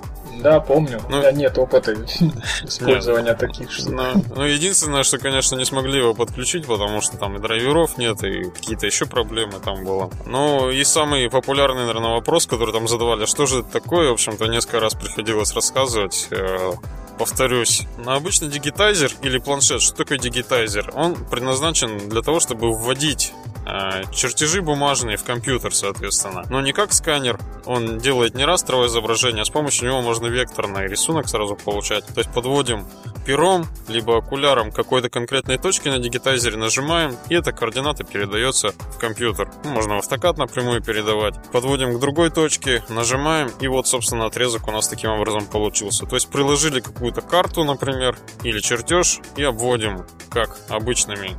Да, помню. У меня нет опыта использования таких штук. Единственное, что, конечно, не смогли его подключить, потому что там и драйверов нет, и какие-то еще проблемы там было. И самый популярный, наверное, вопрос, который там задавали, что же это такое, в общем-то, несколько раз приходилось рассказывать. Повторюсь, на обычный дигитайзер или планшет, что такое дигитайзер? Он предназначен для того, чтобы вводить чертежи бумажные в компьютер, соответственно. Но не как сканер, он делает не растровое изображение, а с помощью него можно векторный рисунок сразу получать. То есть подводим пером, либо окуляром к какой-то конкретной точке на дигитайзере, нажимаем, и эта координата передается в компьютер. Можно в автокад напрямую передавать. Подводим к другой точке, нажимаем, и вот, собственно, отрезок у нас таким образом получился. То есть приложили какую-то карту, например, или чертеж, и обводим как обычными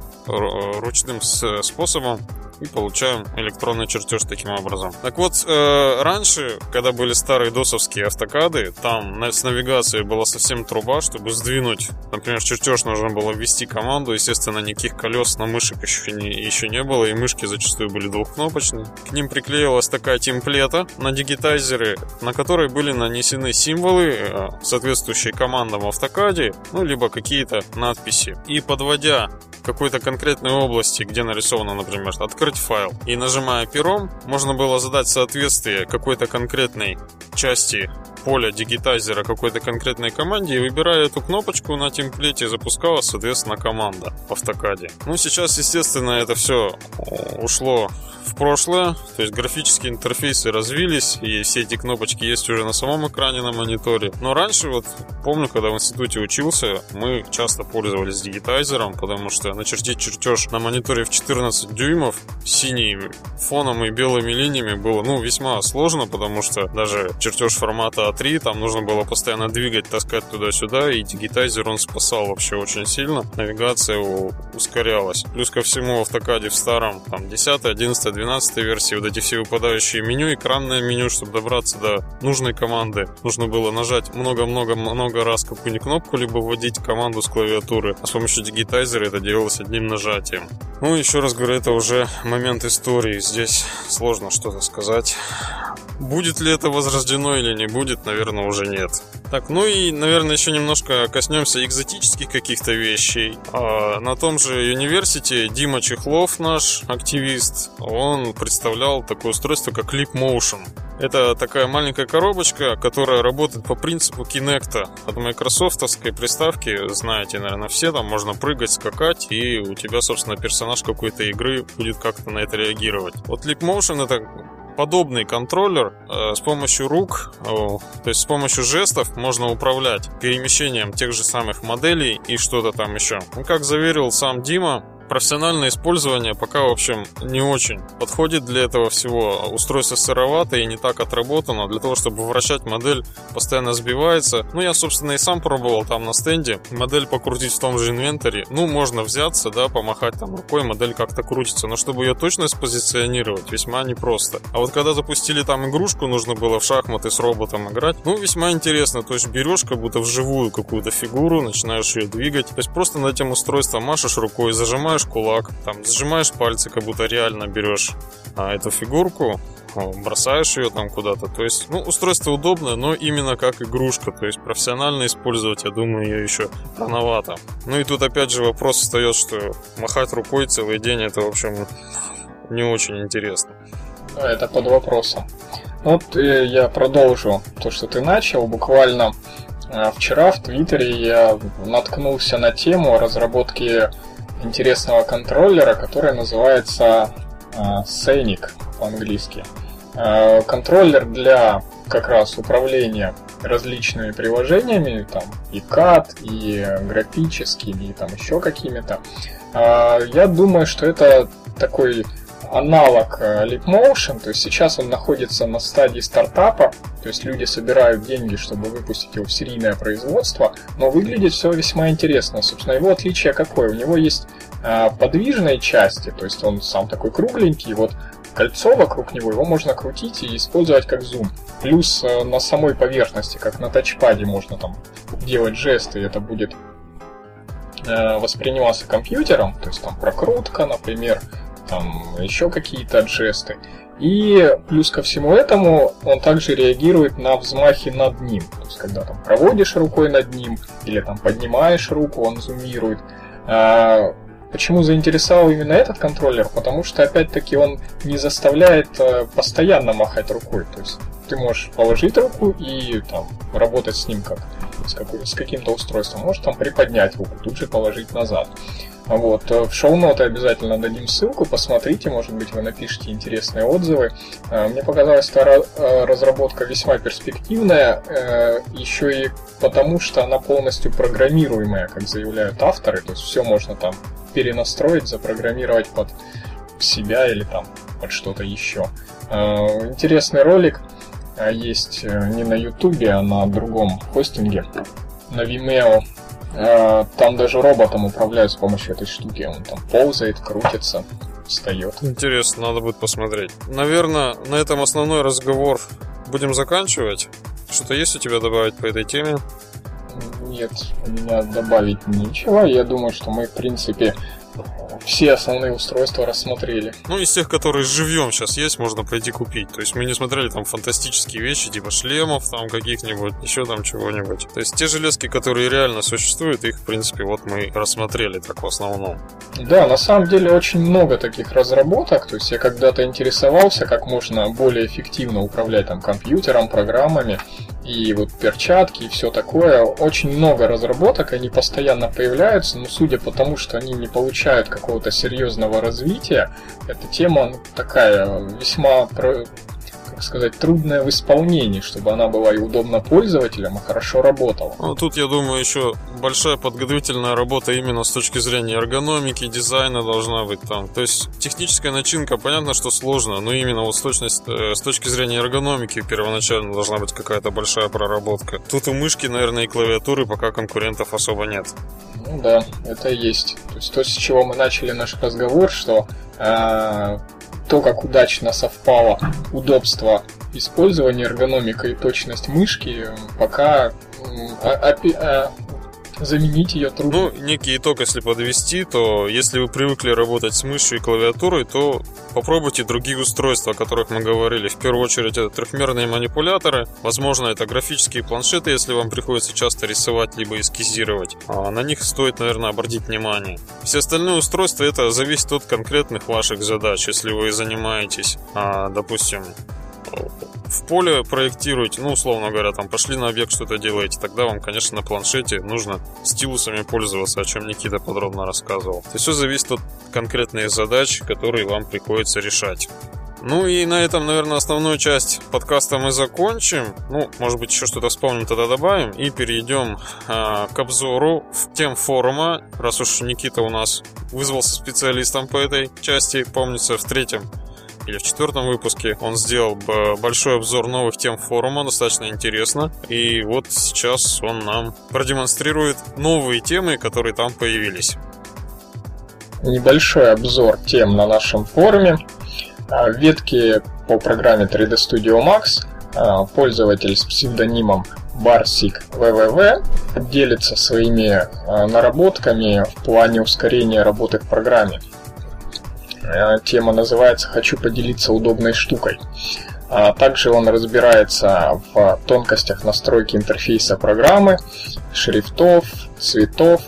ручным способом, и получаем электронный чертеж таким образом. Так вот, раньше, когда были старые досовские автокады, там с навигацией была совсем труба, чтобы сдвинуть, например, чертеж нужно было ввести команду, естественно, никаких колес на мышек еще не было, и мышки зачастую были двухкнопочные. К ним приклеилась такая темплета на дигитайзеры, на которой были нанесены символы, соответствующие командам в автокаде, либо какие-то надписи. И подводя к какой-то конкретной области, где нарисовано, например, открыть файл, и нажимая пером, можно было задать соответствие какой-то конкретной части поля дигитайзера какой-то конкретной команде, и выбирая эту кнопочку на темплете, запускалась, соответственно, команда в автокаде. Сейчас, естественно, это все ушло в прошлое, то есть графические интерфейсы развились, и все эти кнопочки есть уже на самом экране на мониторе. Но раньше, помню, когда в институте учился, мы часто пользовались дигитайзером, потому что начертить чертеж на мониторе в 14 дюймов с синим фоном и белыми линиями было, весьма сложно, потому что даже чертеж формата А3 там нужно было постоянно двигать, таскать туда-сюда, и дигитайзер он спасал вообще очень сильно, навигация ускорялась. Плюс ко всему в автокаде в старом, 10, 11, 12 версии, эти все выпадающие меню, экранное меню, чтобы добраться до нужной команды, нужно было нажать много-много-много раз какую-нибудь кнопку, либо вводить команду с клавиатуры, а с помощью дигитайзера это делалось одним нажатием. Еще раз говорю, это уже момент истории, здесь сложно что-то сказать. Будет ли это возрождено или не будет, наверное, уже нет. Так, и, наверное, еще немножко коснемся экзотических каких-то вещей. На том же University Дима Чехлов, наш активист, он представлял такое устройство, как Leap Motion. Это такая маленькая коробочка, которая работает по принципу Kinect от майкрософтовской приставки. Знаете, наверное, все, там можно прыгать, скакать, и у тебя, собственно, персонаж какой-то игры будет как-то на это реагировать. Leap Motion — это подобный контроллер. С помощью рук, то есть с помощью жестов можно управлять перемещением тех же самых моделей и что-то там еще. Как заверил сам Дима, профессиональное использование пока, в общем, не очень подходит для этого всего. Устройство сыровато и не так отработано. Для того, чтобы вращать модель, постоянно сбивается. Ну, я, собственно, и сам пробовал там на стенде модель покрутить в том же инвентаре. Ну, можно взяться, да, помахать там рукой, модель как-то крутится. Но чтобы ее точно спозиционировать, весьма непросто. А вот когда запустили там игрушку, нужно было в шахматы с роботом играть. Ну, весьма интересно. То есть берешь как будто вживую какую-то фигуру, начинаешь ее двигать. То есть просто над этим устройством машешь рукой, зажимаешь кулак, там, сжимаешь пальцы, как будто реально берешь эту фигурку, бросаешь ее там куда-то. То есть, ну, устройство удобное, но именно как игрушка. То есть профессионально использовать, я думаю, ее еще рановато. Ну и тут опять же вопрос встает, что махать рукой целый день, это, в общем, не очень интересно. Да, это под вопросом. Вот я продолжу то, что ты начал. Буквально вчера в Твиттере я наткнулся на тему разработки интересного контроллера, который называется Scenic по-английски. Контроллер для как раз управления различными приложениями, там и CAD, и графическими, и там еще какими-то. Я думаю, что это такой аналог Leapmotion, то есть сейчас он находится на стадии стартапа, то есть люди собирают деньги, чтобы выпустить его в серийное производство, но выглядит все весьма интересно. Собственно, его отличие какое? У него есть подвижные части, то есть он сам такой кругленький, вот кольцо вокруг него, его можно крутить и использовать как зум. Плюс на самой поверхности, как на тачпаде, можно там делать жесты, и это будет восприниматься компьютером, то есть там прокрутка, например, там еще какие-то жесты. И плюс ко всему этому он также реагирует на взмахи над ним. То есть когда там проводишь рукой над ним или там поднимаешь руку, он зумирует. Почему заинтересовал именно этот контроллер? Потому что опять-таки он не заставляет постоянно махать рукой. То есть ты можешь положить руку и там работать с ним как с каким-то устройством. Можешь там приподнять руку, тут же положить назад. Вот. В шоу-ноты обязательно дадим ссылку, посмотрите, может быть, вы напишите интересные отзывы. Мне показалась эта разработка весьма перспективная, еще и потому, что она полностью программируемая, как заявляют авторы, то есть все можно там перенастроить, запрограммировать под себя или там под что-то еще. Интересный ролик есть не на YouTube, а на другом хостинге, на Vimeo. Там даже роботом управляют с помощью этой штуки. Он там ползает, крутится, встает. Интересно, надо будет посмотреть. Наверное, на этом основной разговор будем заканчивать. Что-то есть у тебя добавить по этой теме? Нет, у меня добавить нечего. Я думаю, что мы, в принципе, все основные устройства рассмотрели. Ну, из тех, которые живьем сейчас есть, можно пойти купить. То есть мы не смотрели там фантастические вещи, типа шлемов там каких-нибудь, еще там чего-нибудь. То есть те железки, которые реально существуют, их, в принципе, вот мы рассмотрели так в основном. Да, на самом деле очень много таких разработок. То есть я когда-то интересовался, как можно более эффективно управлять там компьютером, программами. И вот перчатки и все такое. Очень много разработок, они постоянно появляются, но судя по тому, что они не получают какого-то серьезного развития, эта тема такая весьма, как сказать, трудная в исполнении, чтобы она была и удобна пользователям, и хорошо работала. Ну, тут, я думаю, еще большая подготовительная работа именно с точки зрения эргономики, дизайна должна быть там. То есть техническая начинка, понятно, что сложно, но именно вот с точки зрения эргономики первоначально должна быть какая-то большая проработка. Тут у мышки, наверное, и клавиатуры пока конкурентов особо нет. Ну да, это и есть. То есть то, с чего мы начали наш разговор, что то, как удачно совпало удобство использования, эргономика и точность мышки, пока заменить ее трудно. Ну, некий итог, если подвести, то если вы привыкли работать с мышью и клавиатурой, то попробуйте другие устройства, о которых мы говорили. В первую очередь это трехмерные манипуляторы. Возможно, это графические планшеты, если вам приходится часто рисовать либо эскизировать. На них стоит, наверное, обратить внимание. Все остальные устройства, это зависит от конкретных ваших задач. Если вы занимаетесь, допустим, в поле проектируете, ну, условно говоря, там пошли на объект, что-то делаете, тогда вам, конечно, на планшете нужно стилусами пользоваться, о чем Никита подробно рассказывал. То есть все зависит от конкретных задач, которые вам приходится решать. Ну и на этом, наверное, основную часть подкаста мы закончим. Ну, может быть, еще что-то вспомним, тогда добавим. И перейдем к обзору тем форума. Раз уж Никита у нас вызвался специалистом по этой части, помнится, в 3-м или в 4-м выпуске он сделал большой обзор новых тем форума, достаточно интересно. И вот сейчас он нам продемонстрирует новые темы, которые там появились. Небольшой обзор тем на нашем форуме. В ветке по программе 3D Studio Max пользователь с псевдонимом barsik.www делится своими наработками в плане ускорения работы в программе. Тема называется «Хочу поделиться удобной штукой». Также он разбирается в тонкостях настройки интерфейса программы, шрифтов, цветов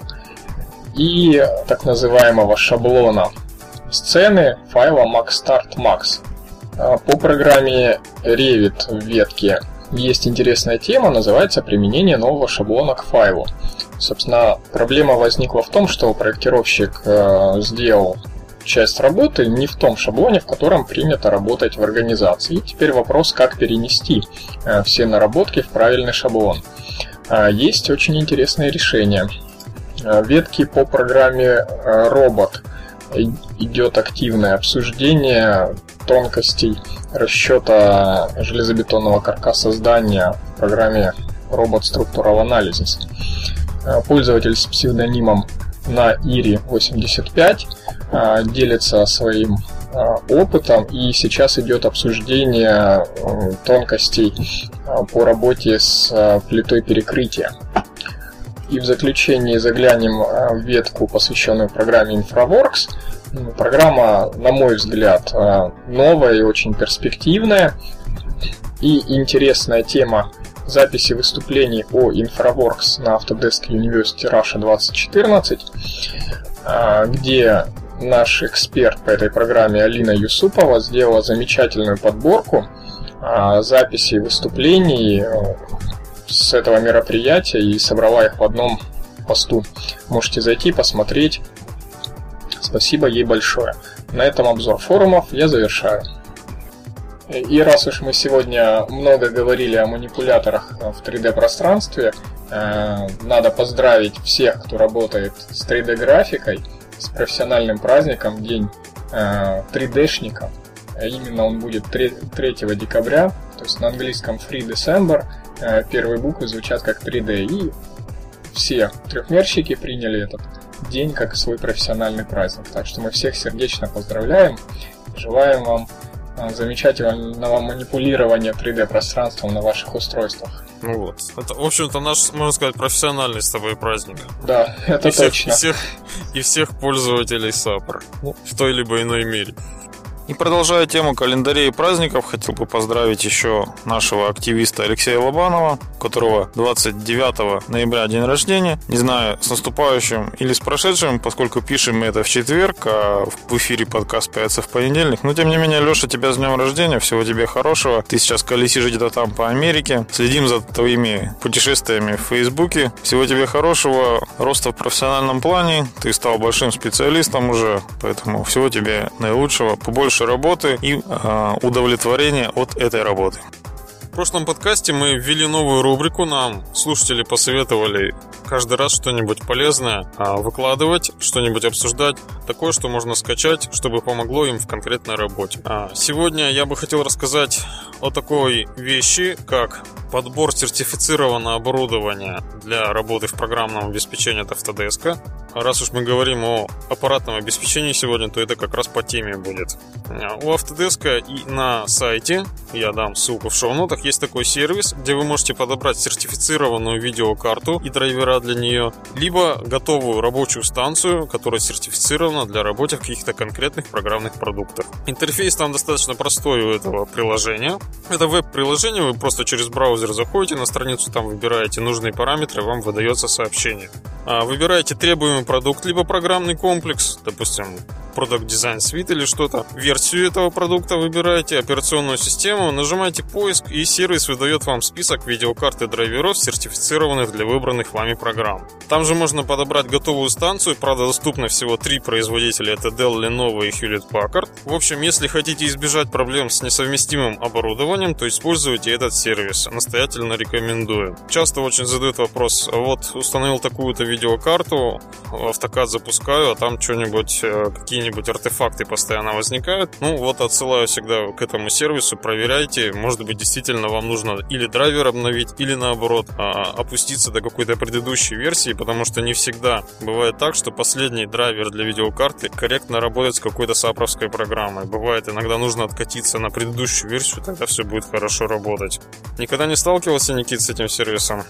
и так называемого шаблона сцены файла MaxStartMax. По программе Revit в ветке есть интересная тема, называется «Применение нового шаблона к файлу». Собственно, проблема возникла в том, что проектировщик сделал часть работы не в том шаблоне, в котором принято работать в организации. И теперь вопрос, как перенести все наработки в правильный шаблон. Есть очень интересные решения. В ветке по программе Robot идет активное обсуждение тонкостей расчета железобетонного каркаса здания в программе Robot Structural Analysis. Пользователь с псевдонимом nairi85 делится своим опытом, и сейчас идет обсуждение тонкостей по работе с плитой перекрытия. И в заключении заглянем в ветку, посвященную программе InfraWorks. Программа, на мой взгляд, новая и очень перспективная. И интересная тема записи выступлений о InfraWorks на Autodesk University Russia 2014, где наш эксперт по этой программе Алина Юсупова сделала замечательную подборку записей выступлений с этого мероприятия и собрала их в одном посту. Можете зайти, посмотреть. Спасибо ей большое. На этом обзор форумов я завершаю. И раз уж мы сегодня много говорили о манипуляторах в 3D-пространстве, надо поздравить всех, кто работает с 3D-графикой, с профессиональным праздником, День 3D-шника. Именно он будет 3 декабря, то есть на английском Free December. Первые буквы звучат как 3D, и все трехмерщики приняли этот день как свой профессиональный праздник. Так что мы всех сердечно поздравляем, желаем вам замечательного манипулирования 3D-пространством на ваших устройствах. Ну вот, это, в общем-то, наш, можно сказать, профессиональный с тобой праздник. Да, это и точно. И всех пользователей SAPR в той либо иной мере. И продолжая тему календарей и праздников, хотел бы поздравить еще нашего активиста Алексея Лобанова, у которого 29 ноября день рождения. Не знаю, с наступающим или с прошедшим, поскольку пишем мы это в четверг, а в эфире подкаст появится в понедельник. Но тем не менее, Леша, тебя с днем рождения, всего тебе хорошего. Ты сейчас колесишь где-то там по Америке. Следим за твоими путешествиями в Фейсбуке. Всего тебе хорошего, роста в профессиональном плане. Ты стал большим специалистом уже, поэтому всего тебе наилучшего, побольше работы и удовлетворения от этой работы. В прошлом подкасте мы ввели новую рубрику. Нам слушатели посоветовали каждый раз что-нибудь полезное выкладывать, что-нибудь обсуждать, такое, что можно скачать, чтобы помогло им в конкретной работе. Сегодня я бы хотел рассказать о такой вещи, как подбор сертифицированного оборудования для работы в программном обеспечении от Autodesk. Раз уж мы говорим о аппаратном обеспечении сегодня, то это как раз по теме будет. У Autodesk и на сайте, я дам ссылку в шоу-нотах, есть такой сервис, где вы можете подобрать сертифицированную видеокарту и драйвера для нее, либо готовую рабочую станцию, которая сертифицирована для работы в каких-то конкретных программных продуктах. Интерфейс там достаточно простой у этого приложения. Это веб-приложение, вы просто через браузер заходите на страницу, там выбираете нужные параметры, вам выдается сообщение. Выбираете требуемый продукт, либо программный комплекс, допустим, Product Design Suite или что-то, версию этого продукта выбираете, операционную систему, нажимаете поиск, и сервис выдает вам список видеокарт и драйверов, сертифицированных для выбранных вами программ. Там же можно подобрать готовую станцию, правда доступны всего 3 производителя, это Dell, Lenovo и Hewlett-Packard. В общем, если хотите избежать проблем с несовместимым оборудованием, то используйте этот сервис, настоятельно рекомендую. Часто очень задают вопрос: вот установил такую-то видеокарту, автокад запускаю, а там что-нибудь, какие-нибудь артефакты постоянно возникают. Ну вот, отсылаю всегда к этому сервису, проверяйте, может быть действительно вам нужно или драйвер обновить, или наоборот опуститься до какой-то предыдущей версии, потому что не всегда бывает так, что последний драйвер для видеокарты корректно работает с какой-то сапровской программой. Бывает, иногда нужно откатиться на предыдущую версию, тогда все будет хорошо работать. Никогда не сталкивался, Никит, с этим сервисом?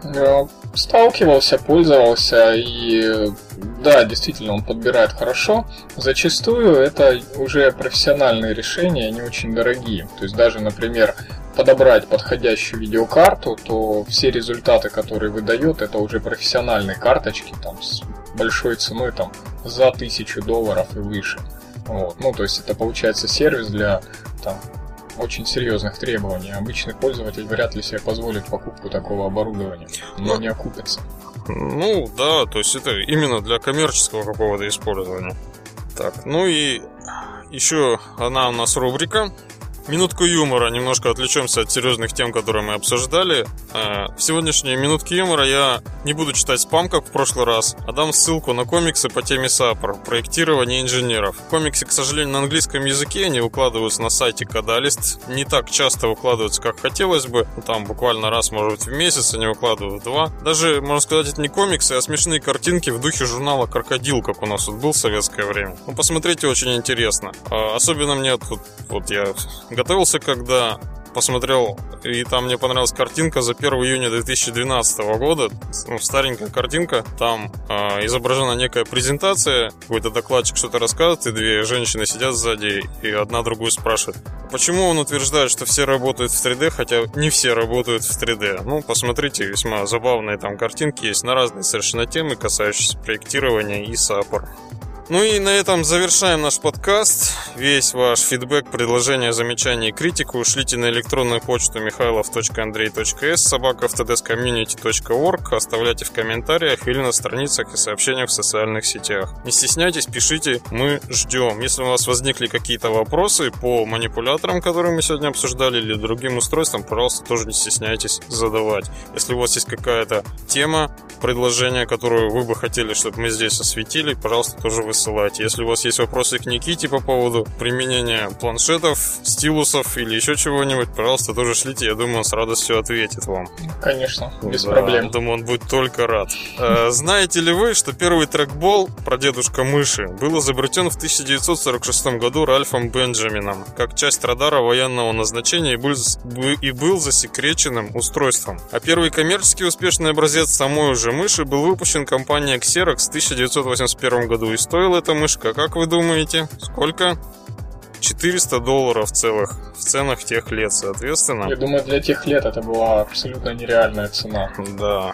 Сталкивался, пользовался, и да, действительно, он подбирает хорошо. Зачастую это уже профессиональные решения, они очень дорогие. То есть даже, например, подобрать подходящую видеокарту, то все результаты, которые выдает, это уже профессиональные карточки там, с большой ценой там, за $1000 и выше. Вот. Ну, то есть это получается сервис для там, очень серьезных требований. Обычный пользователь вряд ли себе позволит покупку такого оборудования, но не окупится. Ну да, то есть это именно для коммерческого какого-то использования. Так, ну и еще одна у нас рубрика. Минутку юмора. Немножко отвлечемся от серьезных тем, которые мы обсуждали. В сегодняшней минутке юмора я не буду читать спам, как в прошлый раз, а дам ссылку на комиксы по теме САПР, проектирование инженеров. Комиксы, к сожалению, на английском языке, они выкладываются на сайте Кадалист. Не так часто выкладываются, как хотелось бы. Там буквально раз, может быть, в месяц, они выкладывают 2. Даже, можно сказать, это не комиксы, а смешные картинки в духе журнала «Крокодил», как у нас тут был в советское время. Ну, посмотрите, очень интересно. Особенно мне тут, вот я готовился, когда посмотрел, и там мне понравилась картинка за 1 июня 2012 года. Ну, старенькая картинка. Там изображена некая презентация, какой-то докладчик что-то рассказывает, и 2 женщины сидят сзади, и одна другую спрашивает: почему он утверждает, что все работают в 3D, хотя не все работают в 3D. Ну, посмотрите, весьма забавные там картинки есть на разные совершенно темы, касающиеся проектирования и САПР. Ну и на этом завершаем наш подкаст. Весь ваш фидбэк, предложения, замечания и критику шлите на электронную почту mikhailov.andrey.s@ftdscommunity.org. Оставляйте в комментариях или на страницах и сообщениях в социальных сетях. Не стесняйтесь, пишите, мы ждем. Если у вас возникли какие-то вопросы по манипуляторам, которые мы сегодня обсуждали, или другим устройствам, пожалуйста, тоже не стесняйтесь задавать. Если у вас есть какая-то тема, предложение, которую вы бы хотели, чтобы мы здесь осветили, пожалуйста, тоже высылайте. Если у вас есть вопросы к Никите по поводу применения планшетов, стилусов или еще чего-нибудь, пожалуйста, тоже шлите. Я думаю, он с радостью ответит вам. Конечно, без проблем. Думаю, он будет только рад. Знаете ли вы, что первый трекбол, прадедушка мыши, был изобретен в 1946 году Ральфом Бенджамином как часть радара военного назначения и был засекреченным устройством. А первый коммерчески успешный образец самой уже мыши был выпущен компанией Xerox в 1981 году. И стоила эта мышка, как вы думаете, сколько? $400 целых в ценах тех лет, соответственно. Я думаю, для тех лет это была абсолютно нереальная цена. Да,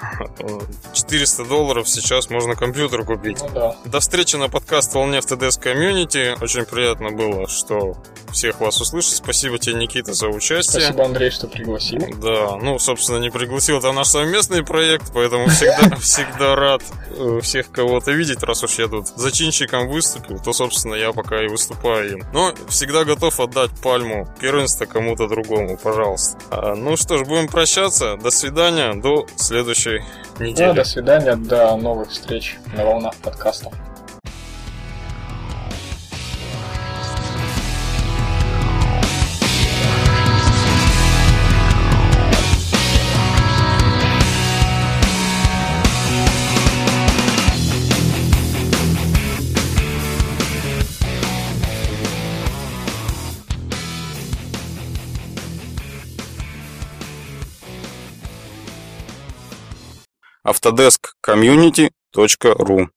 $400 сейчас можно компьютер купить. Ну да. До встречи на подкаст-волне FTDS Community. Очень приятно было, что всех вас услышать. Спасибо тебе, Никита, за участие. Спасибо, Андрей, что пригласил. Да, ну, собственно, не пригласил. Это наш совместный проект, поэтому всегда рад всех кого-то видеть. Раз уж я тут зачинщиком выступил, то, собственно, я пока и выступаю им. Но всегда готов отдать пальму первенства кому-то другому, пожалуйста. Ну что ж, будем прощаться. До свидания, до следующей недели. Да, до свидания, до новых встреч на волнах подкастов. Autodesk Community.ru